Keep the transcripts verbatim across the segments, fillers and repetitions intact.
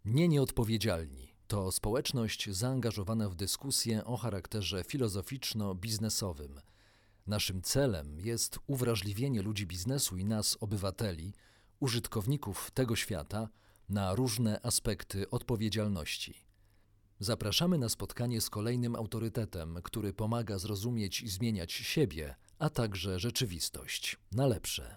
Nie nieodpowiedzialni to społeczność zaangażowana w dyskusję o charakterze filozoficzno-biznesowym. Naszym celem jest uwrażliwienie ludzi biznesu i nas, obywateli, użytkowników tego świata, na różne aspekty odpowiedzialności. Zapraszamy na spotkanie z kolejnym autorytetem, który pomaga zrozumieć i zmieniać siebie, a także rzeczywistość na lepsze.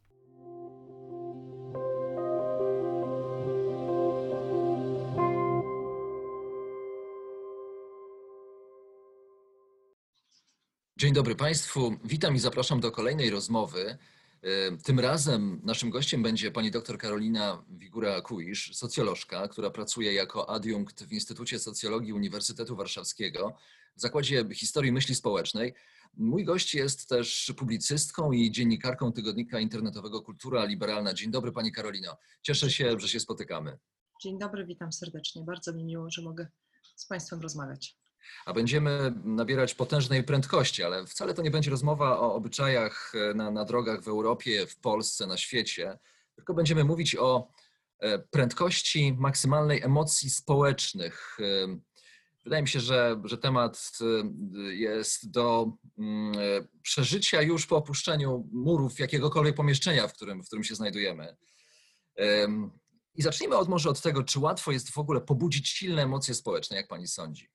Dzień dobry Państwu, witam i zapraszam do kolejnej rozmowy. Tym razem naszym gościem będzie pani dr Karolina Wigura-Kuisz, socjolożka, która pracuje jako adiunkt w Instytucie Socjologii Uniwersytetu Warszawskiego w Zakładzie Historii Myśli Społecznej. Mój gość jest też publicystką i dziennikarką tygodnika internetowego Kultura Liberalna. Dzień dobry pani Karolino, cieszę się, że się spotykamy. Dzień dobry, witam serdecznie. Bardzo mi miło, że mogę z Państwem rozmawiać. A będziemy nabierać potężnej prędkości, ale wcale to nie będzie rozmowa o obyczajach na, na drogach w Europie, w Polsce, na świecie, tylko będziemy mówić o prędkości maksymalnej emocji społecznych. Wydaje mi się, że, że temat jest do przeżycia już po opuszczeniu murów jakiegokolwiek pomieszczenia, w którym, w którym się znajdujemy. I zacznijmy od, może od tego, czy łatwo jest w ogóle pobudzić silne emocje społeczne, jak pani sądzi?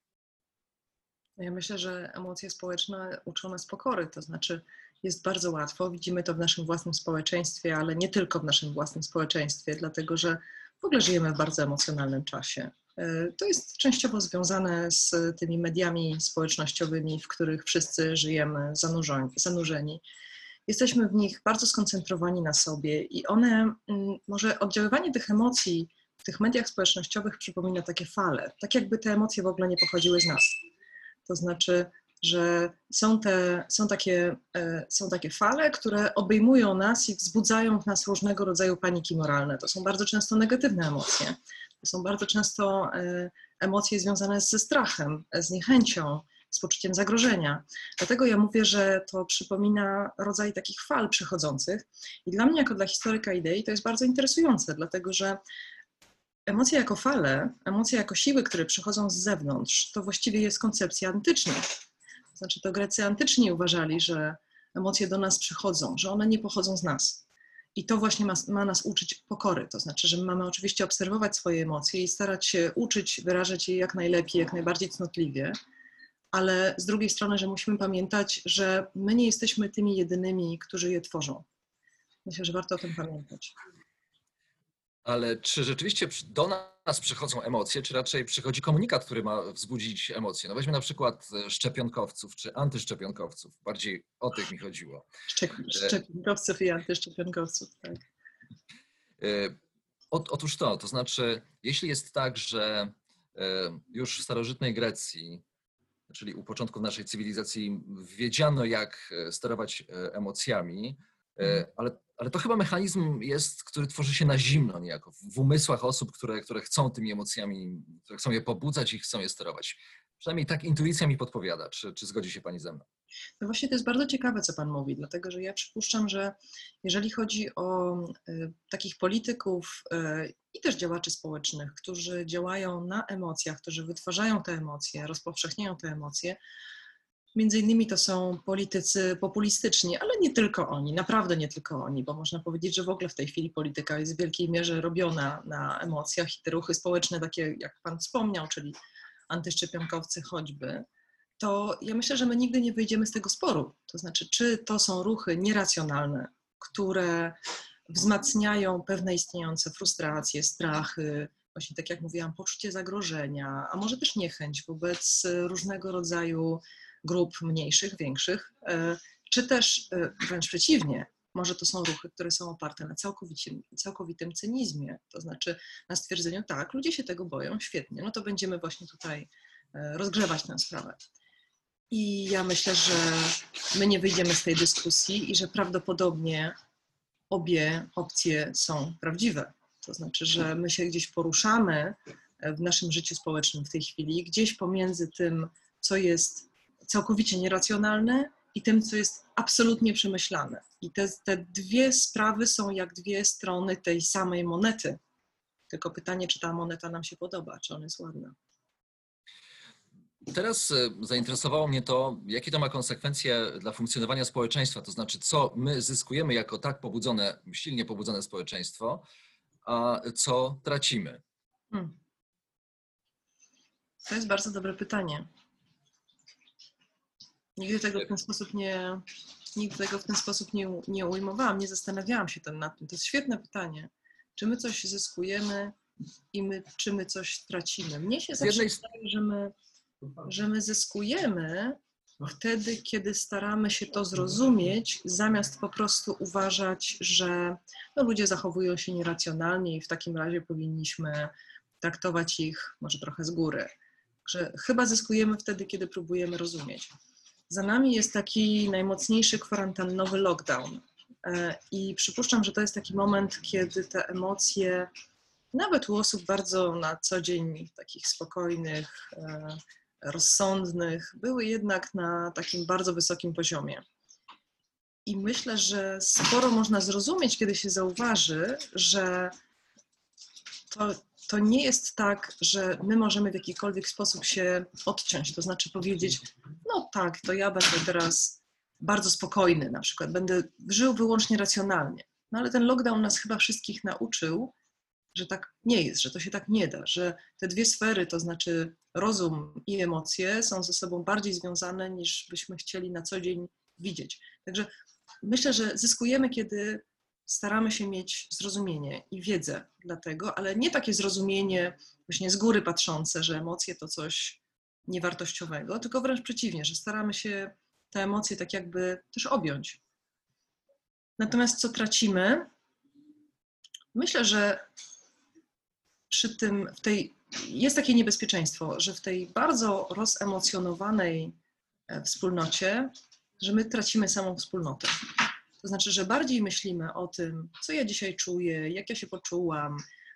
Ja myślę, że emocje społeczne uczą nas pokory, to znaczy jest bardzo łatwo, widzimy to w naszym własnym społeczeństwie, ale nie tylko w naszym własnym społeczeństwie, dlatego że w ogóle żyjemy w bardzo emocjonalnym czasie. To jest częściowo związane z tymi mediami społecznościowymi, w których wszyscy żyjemy zanurzeni. Jesteśmy w nich bardzo skoncentrowani na sobie i one, może oddziaływanie tych emocji w tych mediach społecznościowych przypomina takie fale, tak jakby te emocje w ogóle nie pochodziły z nas. To znaczy, że są, te, są, takie, są takie fale, które obejmują nas i wzbudzają w nas różnego rodzaju paniki moralne. To są bardzo często negatywne emocje. To są bardzo często emocje związane ze strachem, z niechęcią, z poczuciem zagrożenia. Dlatego ja mówię, że to przypomina rodzaj takich fal przychodzących. I dla mnie, jako dla historyka idei, to jest bardzo interesujące, dlatego że emocje jako fale, emocje jako siły, które przychodzą z zewnątrz, to właściwie jest koncepcja antyczna. To znaczy, to Grecy antyczni uważali, że emocje do nas przychodzą, że one nie pochodzą z nas. I to właśnie ma, ma nas uczyć pokory. To znaczy, że mamy oczywiście obserwować swoje emocje i starać się uczyć, wyrażać je jak najlepiej, jak najbardziej cnotliwie, ale z drugiej strony, że musimy pamiętać, że my nie jesteśmy tymi jedynymi, którzy je tworzą. Myślę, że warto o tym pamiętać. Ale czy rzeczywiście do nas przychodzą emocje, czy raczej przychodzi komunikat, który ma wzbudzić emocje? No weźmy na przykład szczepionkowców czy antyszczepionkowców. Bardziej o tych mi chodziło. Szczepionkowców i antyszczepionkowców, tak. Otóż to, to znaczy, jeśli jest tak, że już w starożytnej Grecji, czyli u początków naszej cywilizacji, wiedziano, jak sterować emocjami, ale, ale to chyba mechanizm jest, który tworzy się na zimno niejako, w umysłach osób, które, które chcą tymi emocjami, które chcą je pobudzać i chcą je sterować. Przynajmniej tak intuicja mi podpowiada. Czy, czy zgodzi się pani ze mną? No właśnie to jest bardzo ciekawe, co pan mówi, dlatego że ja przypuszczam, że jeżeli chodzi o y, takich polityków y, i też działaczy społecznych, którzy działają na emocjach, którzy wytwarzają te emocje, rozpowszechniają te emocje, między innymi to są politycy populistyczni, ale nie tylko oni, naprawdę nie tylko oni, bo można powiedzieć, że w ogóle w tej chwili polityka jest w wielkiej mierze robiona na emocjach i te ruchy społeczne, takie jak pan wspomniał, czyli antyszczepionkowcy choćby, to ja myślę, że my nigdy nie wyjdziemy z tego sporu. To znaczy, czy to są ruchy nieracjonalne, które wzmacniają pewne istniejące frustracje, strachy, właśnie tak jak mówiłam, poczucie zagrożenia, a może też niechęć wobec różnego rodzaju grup mniejszych, większych, czy też wręcz przeciwnie, może to są ruchy, które są oparte na całkowitym, całkowitym cynizmie, to znaczy na stwierdzeniu, tak, ludzie się tego boją, świetnie, no to będziemy właśnie tutaj rozgrzewać tę sprawę. I ja myślę, że my nie wyjdziemy z tej dyskusji i że prawdopodobnie obie opcje są prawdziwe. To znaczy, że my się gdzieś poruszamy w naszym życiu społecznym w tej chwili, gdzieś pomiędzy tym, co jest całkowicie nieracjonalne i tym, co jest absolutnie przemyślane. I te, te dwie sprawy są jak dwie strony tej samej monety. Tylko pytanie, czy ta moneta nam się podoba, czy ona jest ładna. Teraz zainteresowało mnie to, jakie to ma konsekwencje dla funkcjonowania społeczeństwa, to znaczy co my zyskujemy jako tak pobudzone, silnie pobudzone społeczeństwo, a co tracimy. Hmm. To jest bardzo dobre pytanie. Nigdy tego w ten sposób nie, nigdy tego w ten sposób nie, nie ujmowałam, nie zastanawiałam się ten, nad tym. To jest świetne pytanie. Czy my coś zyskujemy i my, czy my coś tracimy? Mnie się Z zawsze jednej wydaje, że my, że my zyskujemy wtedy, kiedy staramy się to zrozumieć, zamiast po prostu uważać, że no, ludzie zachowują się nieracjonalnie i w takim razie powinniśmy traktować ich może trochę z góry. Że chyba zyskujemy wtedy, kiedy próbujemy rozumieć. Za nami jest taki najmocniejszy kwarantannowy lockdown i przypuszczam, że to jest taki moment, kiedy te emocje, nawet u osób bardzo na co dzień takich spokojnych, rozsądnych, były jednak na takim bardzo wysokim poziomie. I myślę, że sporo można zrozumieć, kiedy się zauważy, że to, to nie jest tak, że my możemy w jakikolwiek sposób się odciąć, to znaczy powiedzieć, no tak, to ja będę teraz bardzo spokojny na przykład, będę żył wyłącznie racjonalnie. No ale ten lockdown nas chyba wszystkich nauczył, że tak nie jest, że to się tak nie da, że te dwie sfery, to znaczy rozum i emocje, są ze sobą bardziej związane, niż byśmy chcieli na co dzień widzieć. Także myślę, że zyskujemy, kiedy staramy się mieć zrozumienie i wiedzę dla tego, ale nie takie zrozumienie właśnie z góry patrzące, że emocje to coś niewartościowego, tylko wręcz przeciwnie, że staramy się te emocje tak jakby też objąć. Natomiast co tracimy? Myślę, że przy tym, w tej, jest takie niebezpieczeństwo, że w tej bardzo rozemocjonowanej wspólnocie, że my tracimy samą wspólnotę. To znaczy, że bardziej myślimy o tym, co ja dzisiaj czuję, jak ja się poczułam,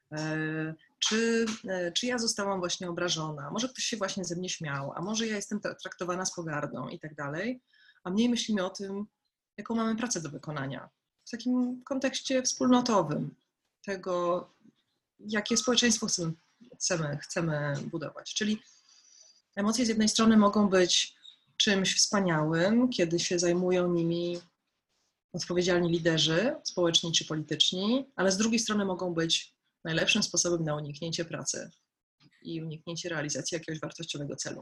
czy, czy ja zostałam właśnie obrażona, może ktoś się właśnie ze mnie śmiał, a może ja jestem traktowana z pogardą i tak dalej, a mniej myślimy o tym, jaką mamy pracę do wykonania w takim kontekście wspólnotowym tego, jakie społeczeństwo chcemy, chcemy, chcemy budować. Czyli emocje z jednej strony mogą być czymś wspaniałym, kiedy się zajmują nimi odpowiedzialni liderzy społeczni czy polityczni, ale z drugiej strony mogą być najlepszym sposobem na uniknięcie pracy i uniknięcie realizacji jakiegoś wartościowego celu.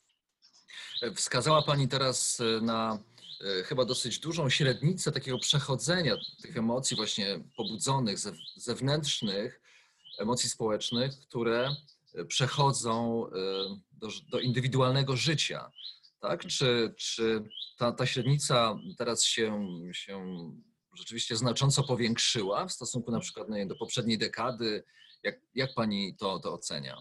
Wskazała Pani teraz na chyba dosyć dużą średnicę takiego przechodzenia tych emocji właśnie pobudzonych, zewnętrznych, emocji społecznych, które przechodzą do, do indywidualnego życia. Tak? Czy, czy ta, ta średnica teraz się, się rzeczywiście znacząco powiększyła w stosunku na przykład no, do poprzedniej dekady? Jak, jak Pani to, to ocenia?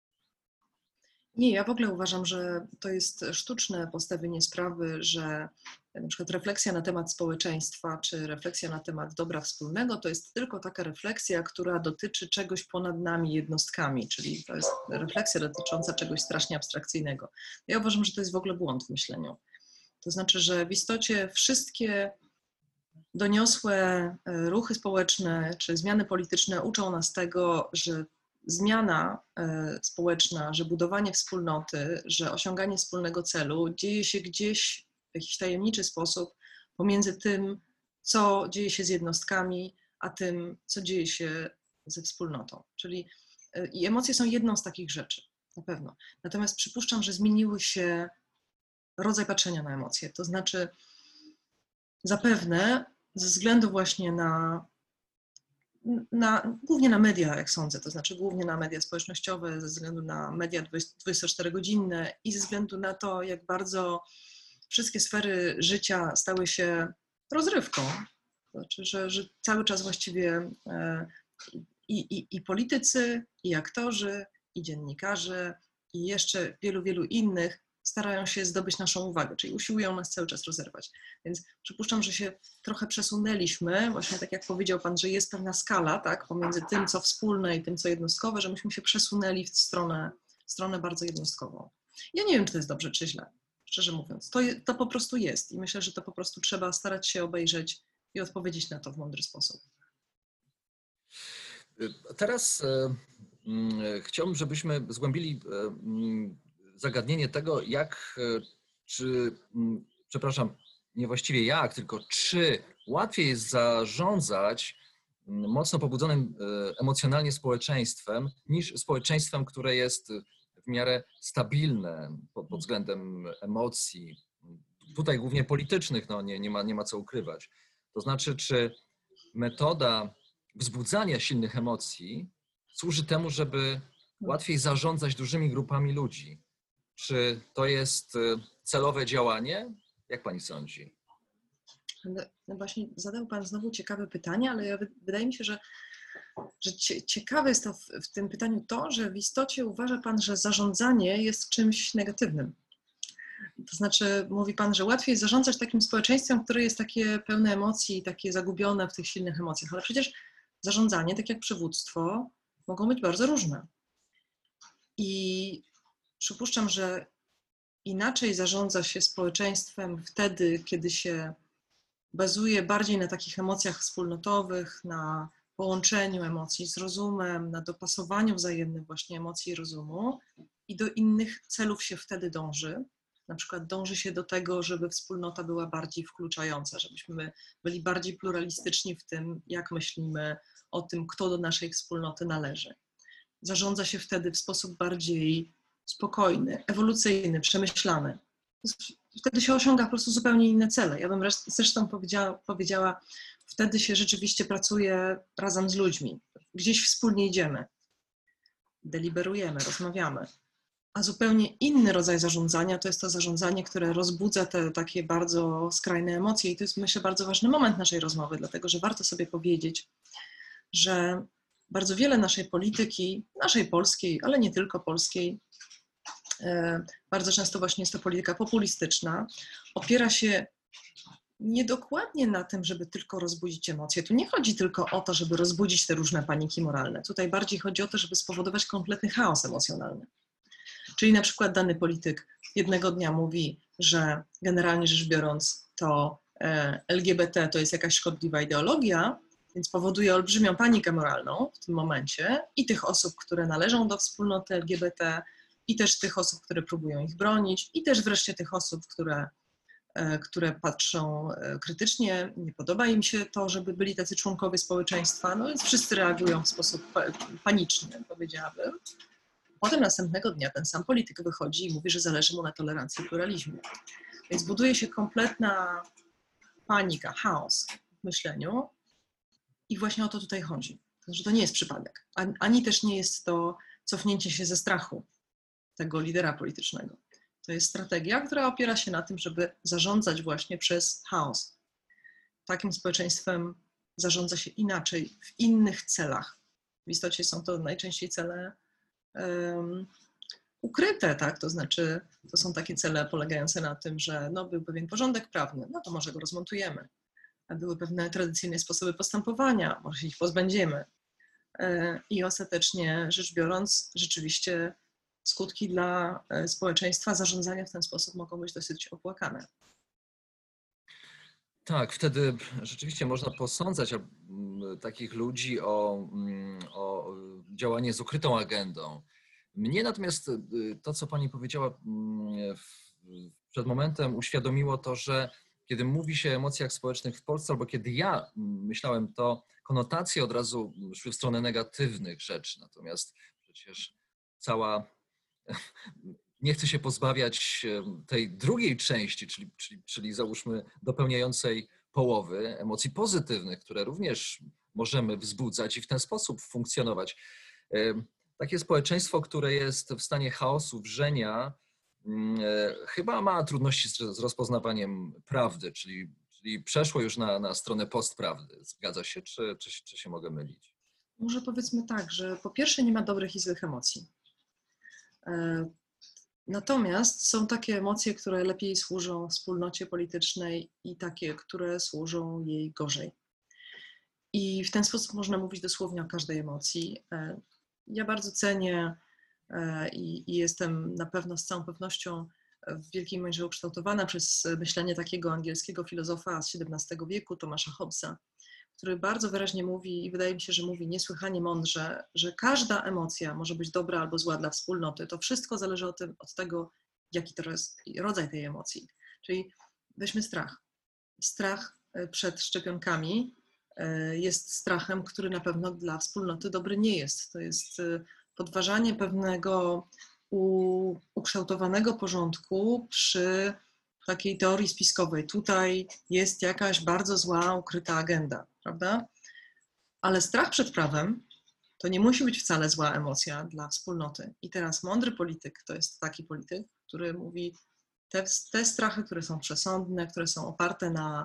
Nie, ja w ogóle uważam, że to jest sztuczne postawienie sprawy, że na przykład refleksja na temat społeczeństwa czy refleksja na temat dobra wspólnego to jest tylko taka refleksja, która dotyczy czegoś ponad nami jednostkami, czyli to jest refleksja dotycząca czegoś strasznie abstrakcyjnego. Ja uważam, że to jest w ogóle błąd w myśleniu. To znaczy, że w istocie wszystkie doniosłe ruchy społeczne czy zmiany polityczne uczą nas tego, że zmiana społeczna, że budowanie wspólnoty, że osiąganie wspólnego celu dzieje się gdzieś w jakiś tajemniczy sposób pomiędzy tym, co dzieje się z jednostkami, a tym, co dzieje się ze wspólnotą. Czyli i emocje są jedną z takich rzeczy, na pewno. Natomiast przypuszczam, że zmieniły się rodzaj patrzenia na emocje. To znaczy zapewne ze względu właśnie na Na, głównie na media, jak sądzę, to znaczy głównie na media społecznościowe, ze względu na media dwudziestoczterogodzinne i ze względu na to, jak bardzo wszystkie sfery życia stały się rozrywką. To znaczy, że, że cały czas właściwie i, i, i politycy, i aktorzy, i dziennikarze, i jeszcze wielu, wielu innych starają się zdobyć naszą uwagę, czyli usiłują nas cały czas rozerwać. Więc przypuszczam, że się trochę przesunęliśmy, właśnie tak jak powiedział Pan, że jest pewna skala, tak, pomiędzy tym, co wspólne i tym, co jednostkowe, że myśmy się przesunęli w stronę, w stronę bardzo jednostkową. Ja nie wiem, czy to jest dobrze, czy źle, szczerze mówiąc. To, to po prostu jest i myślę, że to po prostu trzeba starać się obejrzeć i odpowiedzieć na to w mądry sposób. Teraz chciałbym, żebyśmy zgłębili zagadnienie tego, jak, czy, przepraszam, nie właściwie jak, tylko czy łatwiej jest zarządzać mocno pobudzonym emocjonalnie społeczeństwem niż społeczeństwem, które jest w miarę stabilne pod, pod względem emocji, tutaj głównie politycznych, no nie, nie ma, nie ma co ukrywać. To znaczy, czy metoda wzbudzania silnych emocji służy temu, żeby łatwiej zarządzać dużymi grupami ludzi? Czy to jest celowe działanie? Jak pani sądzi? No właśnie zadał pan znowu ciekawe pytanie, ale ja, wydaje mi się, że, że ciekawe jest to w, w tym pytaniu to, że w istocie uważa pan, że zarządzanie jest czymś negatywnym. To znaczy, mówi pan, że łatwiej jest zarządzać takim społeczeństwem, które jest takie pełne emocji, takie zagubione w tych silnych emocjach, ale przecież zarządzanie, tak jak przywództwo, mogą być bardzo różne. I przypuszczam, że inaczej zarządza się społeczeństwem wtedy, kiedy się bazuje bardziej na takich emocjach wspólnotowych, na połączeniu emocji z rozumem, na dopasowaniu wzajemnym właśnie emocji i rozumu, i do innych celów się wtedy dąży. Na przykład dąży się do tego, żeby wspólnota była bardziej wkluczająca, żebyśmy byli bardziej pluralistyczni w tym, jak myślimy o tym, kto do naszej wspólnoty należy. Zarządza się wtedy w sposób bardziej spokojny, ewolucyjny, przemyślany. Wtedy się osiąga po prostu zupełnie inne cele. Ja bym zresztą powiedziała, powiedziała, wtedy się rzeczywiście pracuje razem z ludźmi. Gdzieś wspólnie idziemy, deliberujemy, rozmawiamy. A zupełnie inny rodzaj zarządzania to jest to zarządzanie, które rozbudza te takie bardzo skrajne emocje. I to jest, myślę, bardzo ważny moment naszej rozmowy, dlatego że warto sobie powiedzieć, że bardzo wiele naszej polityki, naszej polskiej, ale nie tylko polskiej, bardzo często właśnie jest to polityka populistyczna, opiera się niedokładnie na tym, żeby tylko rozbudzić emocje. Tu nie chodzi tylko o to, żeby rozbudzić te różne paniki moralne. Tutaj bardziej chodzi o to, żeby spowodować kompletny chaos emocjonalny. Czyli na przykład dany polityk jednego dnia mówi, że generalnie rzecz biorąc to L G B T to jest jakaś szkodliwa ideologia, więc powoduje olbrzymią panikę moralną w tym momencie i tych osób, które należą do wspólnoty L G B T, i też tych osób, które próbują ich bronić, i też wreszcie tych osób, które, które patrzą krytycznie, nie podoba im się to, żeby byli tacy członkowie społeczeństwa, no więc wszyscy reagują w sposób paniczny, powiedziałabym. Potem następnego dnia ten sam polityk wychodzi i mówi, że zależy mu na tolerancji i pluralizmie. Więc buduje się kompletna panika, chaos w myśleniu i właśnie o to tutaj chodzi. Że to nie jest przypadek, ani też nie jest to cofnięcie się ze strachu tego lidera politycznego. To jest strategia, która opiera się na tym, żeby zarządzać właśnie przez chaos. Takim społeczeństwem zarządza się inaczej, w innych celach. W istocie są to najczęściej cele um, ukryte, tak? To znaczy to są takie cele polegające na tym, że no, był pewien porządek prawny, no to może go rozmontujemy. A były pewne tradycyjne sposoby postępowania, może się ich pozbędziemy. I ostatecznie rzecz biorąc, rzeczywiście skutki dla społeczeństwa zarządzania w ten sposób mogą być dosyć opłakane. Tak, wtedy rzeczywiście można posądzać takich ludzi o, o działanie z ukrytą agendą. Mnie natomiast to, co pani powiedziała przed momentem, uświadomiło to, że kiedy mówi się o emocjach społecznych w Polsce, albo kiedy ja myślałem, to konotacje od razu szły w stronę negatywnych rzeczy. Natomiast przecież cała, nie chcę się pozbawiać tej drugiej części, czyli, czyli, czyli załóżmy dopełniającej połowy emocji pozytywnych, które również możemy wzbudzać i w ten sposób funkcjonować. Takie społeczeństwo, które jest w stanie chaosu, wrzenia, chyba ma trudności z, z rozpoznawaniem prawdy, czyli, czyli przeszło już na, na stronę postprawdy. Zgadza się, czy, czy, czy się mogę mylić? Może powiedzmy tak, że po pierwsze nie ma dobrych i złych emocji. Natomiast są takie emocje, które lepiej służą wspólnocie politycznej i takie, które służą jej gorzej. I w ten sposób można mówić dosłownie o każdej emocji. Ja bardzo cenię i, i jestem na pewno z całą pewnością w wielkiej mierze ukształtowana przez myślenie takiego angielskiego filozofa z siedemnastego wieku, Thomasza Hobbesa, który bardzo wyraźnie mówi i wydaje mi się, że mówi niesłychanie mądrze, że każda emocja może być dobra albo zła dla wspólnoty. To wszystko zależy od, tym, od tego, jaki to jest rodzaj tej emocji. Czyli weźmy strach. Strach przed szczepionkami jest strachem, który na pewno dla wspólnoty dobry nie jest. To jest podważanie pewnego ukształtowanego porządku przy takiej teorii spiskowej. Tutaj jest jakaś bardzo zła, ukryta agenda, prawda? Ale strach przed prawem to nie musi być wcale zła emocja dla wspólnoty. I teraz mądry polityk to jest taki polityk, który mówi, te, te strachy, które są przesądne, które są oparte na,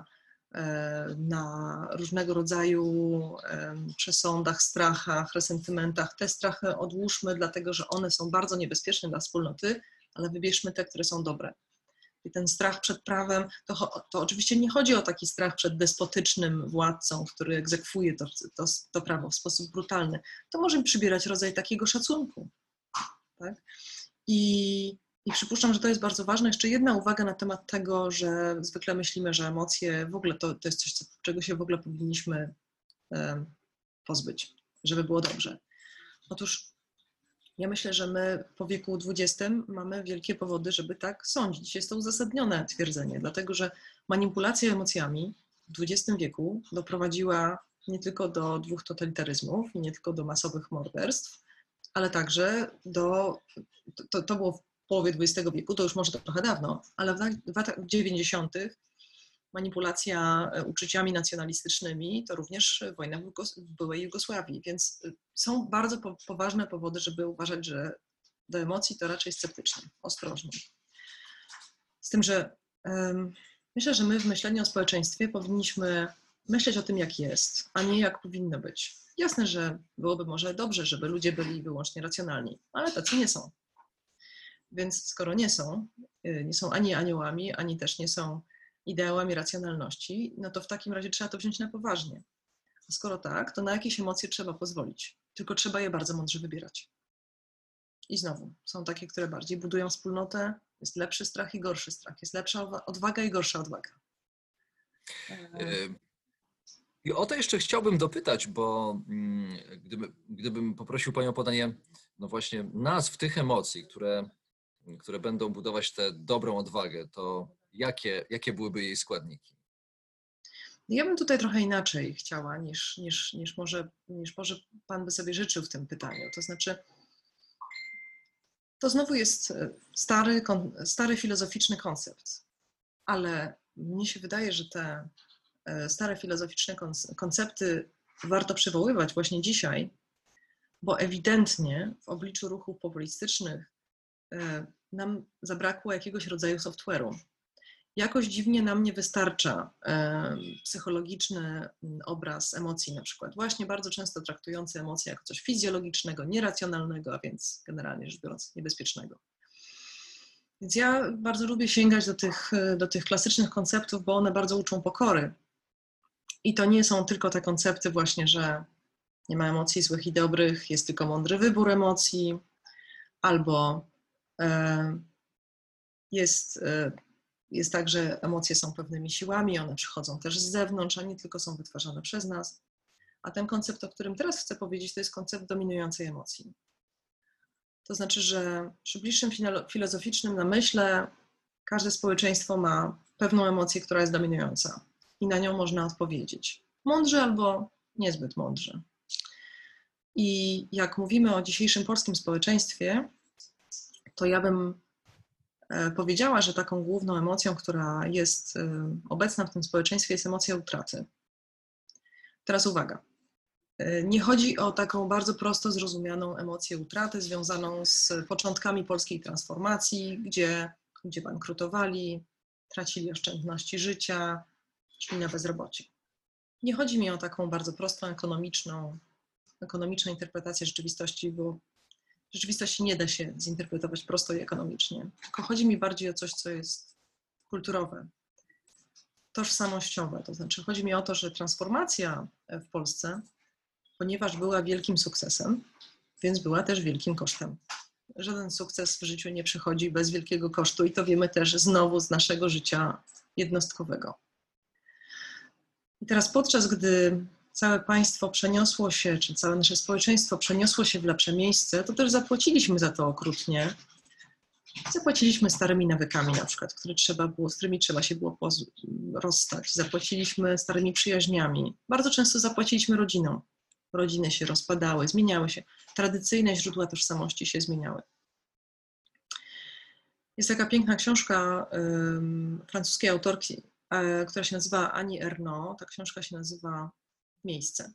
na różnego rodzaju przesądach, strachach, resentymentach, te strachy odłóżmy, dlatego że one są bardzo niebezpieczne dla wspólnoty, ale wybierzmy te, które są dobre. I ten strach przed prawem, to, to oczywiście nie chodzi o taki strach przed despotycznym władcą, który egzekwuje to, to, to prawo w sposób brutalny. To może przybierać rodzaj takiego szacunku. Tak? I, I przypuszczam, że to jest bardzo ważne. Jeszcze jedna uwaga na temat tego, że zwykle myślimy, że emocje w ogóle to, to jest coś, czego się w ogóle powinniśmy um, pozbyć, żeby było dobrze. Otóż ja myślę, że my po wieku dwudziestym mamy wielkie powody, żeby tak sądzić. Jest to uzasadnione twierdzenie, dlatego że manipulacja emocjami w dwudziestym wieku doprowadziła nie tylko do dwóch totalitaryzmów i nie tylko do masowych morderstw, ale także do, to, to było w połowie dwudziestego wieku, to już może trochę dawno, ale w latach dziewięćdziesiątych manipulacja uczuciami nacjonalistycznymi to również wojna w byłej Jugosławii, więc są bardzo po, poważne powody, żeby uważać, że do emocji to raczej sceptycznie, ostrożnie. Z tym, że um, myślę, że my w myśleniu o społeczeństwie powinniśmy myśleć o tym, jak jest, a nie jak powinno być. Jasne, że byłoby może dobrze, żeby ludzie byli wyłącznie racjonalni, ale tacy nie są. Więc skoro nie są, nie są ani aniołami, ani też nie są ideałami racjonalności, no to w takim razie trzeba to wziąć na poważnie. A skoro tak, to na jakieś emocje trzeba pozwolić. Tylko trzeba je bardzo mądrze wybierać. I znowu, są takie, które bardziej budują wspólnotę, jest lepszy strach i gorszy strach, jest lepsza odwaga i gorsza odwaga. I o to jeszcze chciałbym dopytać, bo gdyby, gdybym poprosił Panią o podanie no właśnie nazw tych emocji, które, które będą budować tę dobrą odwagę, to jakie, jakie byłyby jej składniki? Ja bym tutaj trochę inaczej chciała, niż, niż, niż, może, niż może Pan by sobie życzył w tym pytaniu. To znaczy, to znowu jest stary, stary filozoficzny koncept, ale mnie się wydaje, że te stare filozoficzne koncepty warto przywoływać właśnie dzisiaj, bo ewidentnie w obliczu ruchów populistycznych nam zabrakło jakiegoś rodzaju software'u. Jakoś dziwnie nam nie wystarcza psychologiczny obraz emocji na przykład, właśnie bardzo często traktujący emocje jako coś fizjologicznego, nieracjonalnego, a więc generalnie rzecz biorąc niebezpiecznego. Więc ja bardzo lubię sięgać do tych, do tych klasycznych konceptów, bo one bardzo uczą pokory. I to nie są tylko te koncepty właśnie, że nie ma emocji złych i dobrych, jest tylko mądry wybór emocji, albo jest, jest tak, że emocje są pewnymi siłami, one przychodzą też z zewnątrz, a nie tylko są wytwarzane przez nas. A ten koncept, o którym teraz chcę powiedzieć, to jest koncept dominującej emocji. To znaczy, że przy bliższym filozoficznym namyśle każde społeczeństwo ma pewną emocję, która jest dominująca i na nią można odpowiedzieć. Mądrze albo niezbyt mądrze. I jak mówimy o dzisiejszym polskim społeczeństwie, to ja bym powiedziała, że taką główną emocją, która jest obecna w tym społeczeństwie, jest emocja utraty. Teraz uwaga. Nie chodzi o taką bardzo prosto zrozumianą emocję utraty związaną z początkami polskiej transformacji, gdzie ludzie bankrutowali, tracili oszczędności życia, szli na bezrobocie. Nie chodzi mi o taką bardzo prostą ekonomiczną, ekonomiczną interpretację rzeczywistości, bo rzeczywistości nie da się zinterpretować prosto i ekonomicznie. Tylko chodzi mi bardziej o coś, co jest kulturowe, tożsamościowe. To znaczy chodzi mi o to, że transformacja w Polsce, ponieważ była wielkim sukcesem, więc była też wielkim kosztem. Żaden sukces w życiu nie przychodzi bez wielkiego kosztu i to wiemy też znowu z naszego życia jednostkowego. I teraz podczas gdy całe państwo przeniosło się, czy całe nasze społeczeństwo przeniosło się w lepsze miejsce, to też zapłaciliśmy za to okrutnie. Zapłaciliśmy starymi nawykami na przykład, które trzeba było, z którymi trzeba się było poz- rozstać. Zapłaciliśmy starymi przyjaźniami. Bardzo często zapłaciliśmy rodziną. Rodziny się rozpadały, zmieniały się. Tradycyjne źródła tożsamości się zmieniały. Jest taka piękna książka um, francuskiej autorki, e, która się nazywa Annie Ernaux. Ta książka się nazywa Miejsce.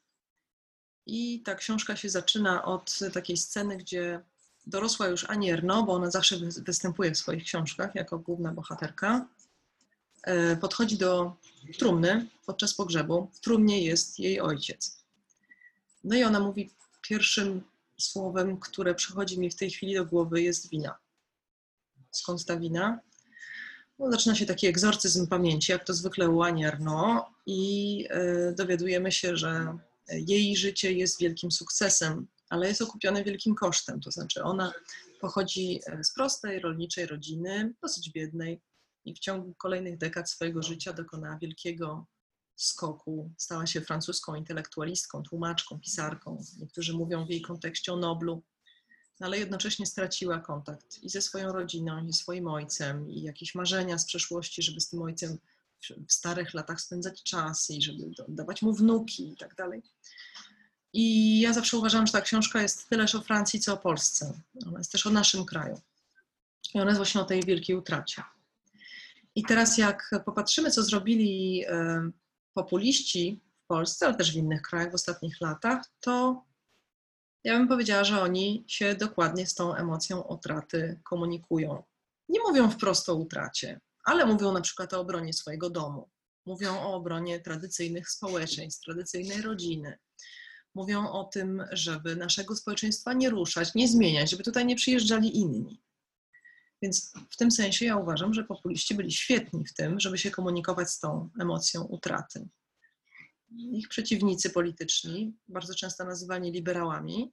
I ta książka się zaczyna od takiej sceny, gdzie dorosła już Annie Ernaux, bo ona zawsze występuje w swoich książkach jako główna bohaterka, e, podchodzi do trumny podczas pogrzebu. W trumnie jest jej ojciec. No i ona mówi, pierwszym słowem, które przychodzi mi w tej chwili do głowy, jest wina. Skąd ta wina? No, zaczyna się taki egzorcyzm pamięci, jak to zwykle u Annie Ernaux, i y, dowiadujemy się, że jej życie jest wielkim sukcesem, ale jest okupione wielkim kosztem. To znaczy ona pochodzi z prostej, rolniczej rodziny, dosyć biednej, i w ciągu kolejnych dekad swojego życia dokonała wielkiego skoku. Stała się francuską intelektualistką, tłumaczką, pisarką. Niektórzy mówią w jej kontekście o Noblu, ale jednocześnie straciła kontakt i ze swoją rodziną, i swoim ojcem, i jakieś marzenia z przeszłości, żeby z tym ojcem w starych latach spędzać czas i żeby dawać mu wnuki i tak dalej. I ja zawsze uważam, że ta książka jest tyleż o Francji, co o Polsce. Ona jest też o naszym kraju. I ona jest właśnie o tej wielkiej utracie. I teraz jak popatrzymy, co zrobili populiści w Polsce, ale też w innych krajach w ostatnich latach, to ja bym powiedziała, że oni się dokładnie z tą emocją utraty komunikują. Nie mówią wprost o utracie, ale mówią na przykład o obronie swojego domu. Mówią o obronie tradycyjnych społeczeństw, tradycyjnej rodziny. Mówią o tym, żeby naszego społeczeństwa nie ruszać, nie zmieniać, żeby tutaj nie przyjeżdżali inni. Więc w tym sensie ja uważam, że populiści byli świetni w tym, żeby się komunikować z tą emocją utraty. Ich przeciwnicy polityczni, bardzo często nazywani liberałami,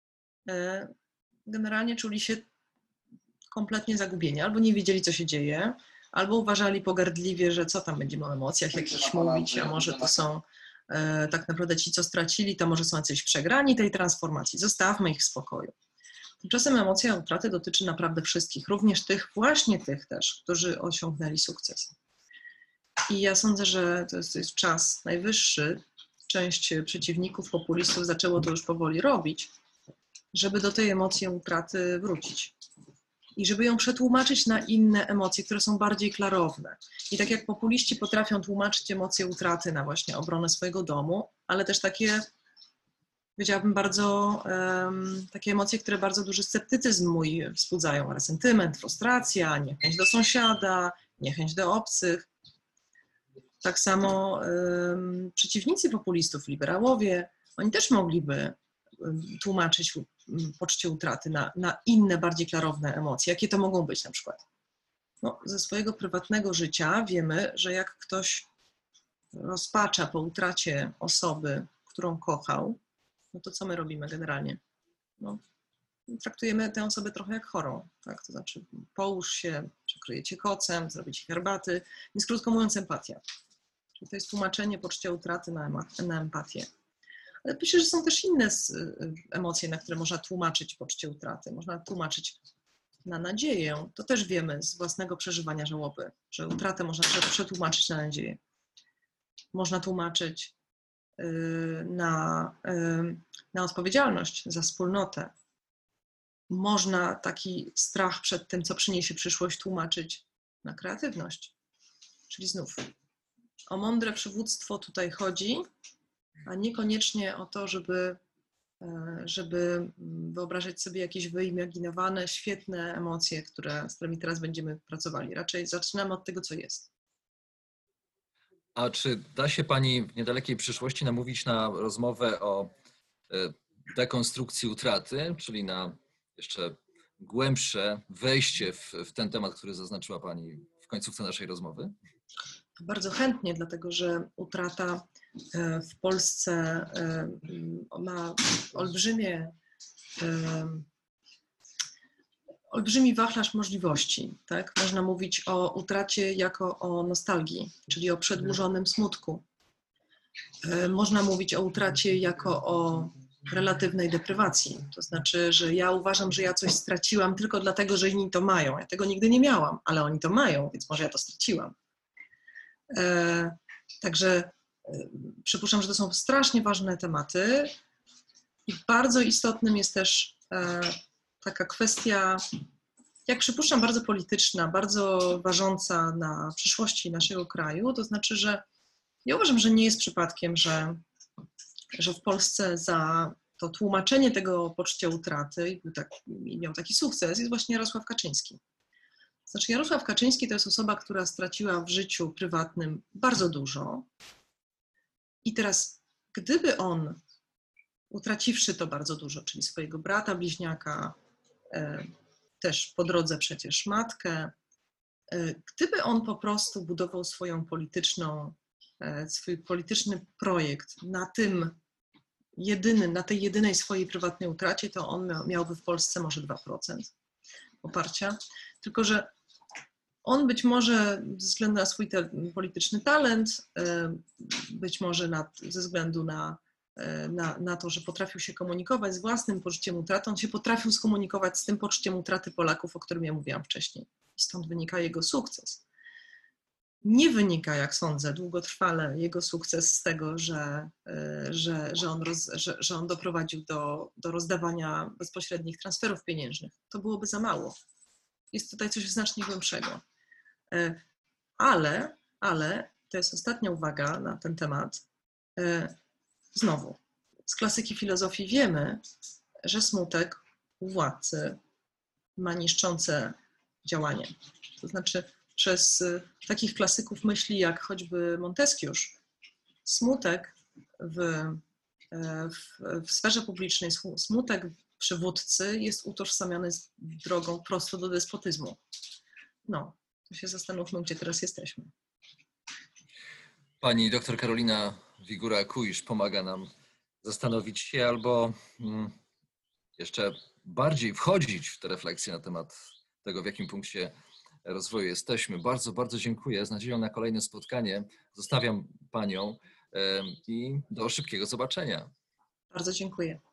generalnie czuli się kompletnie zagubieni, albo nie wiedzieli, co się dzieje, albo uważali pogardliwie, że co tam będziemy o emocjach jakichś mówić, a może to są e, tak naprawdę ci, co stracili, to może są jacyś przegrani tej transformacji, zostawmy ich w spokoju. Tymczasem emocja utraty dotyczy naprawdę wszystkich, również tych, właśnie tych też, którzy osiągnęli sukces. I ja sądzę, że to jest, to jest czas najwyższy, część przeciwników, populistów zaczęło to już powoli robić, żeby do tej emocji utraty wrócić. I żeby ją przetłumaczyć na inne emocje, które są bardziej klarowne. I tak jak populiści potrafią tłumaczyć emocje utraty na właśnie obronę swojego domu, ale też takie, powiedziałabym, bardzo um, takie emocje, które bardzo duży sceptycyzm mój wzbudzają. Resentyment, frustracja, niechęć do sąsiada, niechęć do obcych. Tak samo um, przeciwnicy populistów, liberałowie, oni też mogliby um, tłumaczyć poczucie utraty na, na inne, bardziej klarowne emocje. Jakie to mogą być na przykład? No, ze swojego prywatnego życia wiemy, że jak ktoś rozpacza po utracie osoby, którą kochał, no to co my robimy generalnie? No, traktujemy tę osobę trochę jak chorą, tak? To znaczy połóż się, przykryję cię kocem, zrobię ci herbaty, więc krótko mówiąc empatia. Czyli to jest tłumaczenie poczucia utraty na, na empatię. Ale myślę, że są też inne emocje, na które można tłumaczyć poczucie utraty. Można tłumaczyć na nadzieję. To też wiemy z własnego przeżywania żałoby, że utratę można przetłumaczyć na nadzieję. Można tłumaczyć na, na odpowiedzialność za wspólnotę. Można taki strach przed tym, co przyniesie przyszłość, tłumaczyć na kreatywność. Czyli znów o mądre przywództwo tutaj chodzi, a niekoniecznie o to, żeby, żeby wyobrażać sobie jakieś wyimaginowane, świetne emocje, które, z którymi teraz będziemy pracowali. Raczej zaczynamy od tego, co jest. A czy da się Pani w niedalekiej przyszłości namówić na rozmowę o dekonstrukcji utraty, czyli na jeszcze głębsze wejście w, w ten temat, który zaznaczyła Pani w końcówce naszej rozmowy? Bardzo chętnie, dlatego że utrata w Polsce ma olbrzymie, olbrzymi wachlarz możliwości. Tak? Można mówić o utracie jako o nostalgii, czyli o przedłużonym smutku. można mówić o utracie jako o relatywnej deprywacji. To znaczy, że ja uważam, że ja coś straciłam tylko dlatego, że inni to mają. Ja tego nigdy nie miałam, ale oni to mają, więc może ja to straciłam. E, także e, przypuszczam, że to są strasznie ważne tematy i bardzo istotnym jest też e, taka kwestia, jak przypuszczam, bardzo polityczna, bardzo ważąca na przyszłości naszego kraju. To znaczy, że ja uważam, że nie jest przypadkiem, że że w Polsce za to tłumaczenie tego poczucia utraty i, był tak, i miał taki sukces jest właśnie Jarosław Kaczyński. Znaczy Jarosław Kaczyński to jest osoba, która straciła w życiu prywatnym bardzo dużo i teraz gdyby on, utraciwszy to bardzo dużo, czyli swojego brata bliźniaka, e, też po drodze przecież matkę, e, gdyby on po prostu budował swoją polityczną, e, swój polityczny projekt na tym, jedyny, na tej jedynej swojej prywatnej utracie, to on miałby w Polsce może dwa procent poparcia. Tylko że on być może ze względu na swój te, polityczny talent, być może na, ze względu na, na, na to, że potrafił się komunikować z własnym poczuciem utraty, on się potrafił skomunikować z tym poczuciem utraty Polaków, o którym ja mówiłam wcześniej. I stąd wynika jego sukces. Nie wynika, jak sądzę, długotrwale jego sukces z tego, że, że, że, on, roz, że, że on doprowadził do, do rozdawania bezpośrednich transferów pieniężnych. To byłoby za mało. Jest tutaj coś znacznie głębszego. Ale, ale, to jest ostatnia uwaga na ten temat, znowu, z klasyki filozofii wiemy, że smutek u władcy ma niszczące działanie. To znaczy, przez takich klasyków myśli jak choćby Montesquieu, smutek w, w, w sferze publicznej, smutek przywódcy jest utożsamiany z drogą prosto do despotyzmu. No, to się zastanówmy, gdzie teraz jesteśmy. Pani doktor Karolina Wigura-Kuisz pomaga nam zastanowić się albo jeszcze bardziej wchodzić w te refleksje na temat tego, w jakim punkcie rozwoju jesteśmy. Bardzo, bardzo dziękuję. Z nadzieją na kolejne spotkanie. Zostawiam Panią i do szybkiego zobaczenia. Bardzo dziękuję.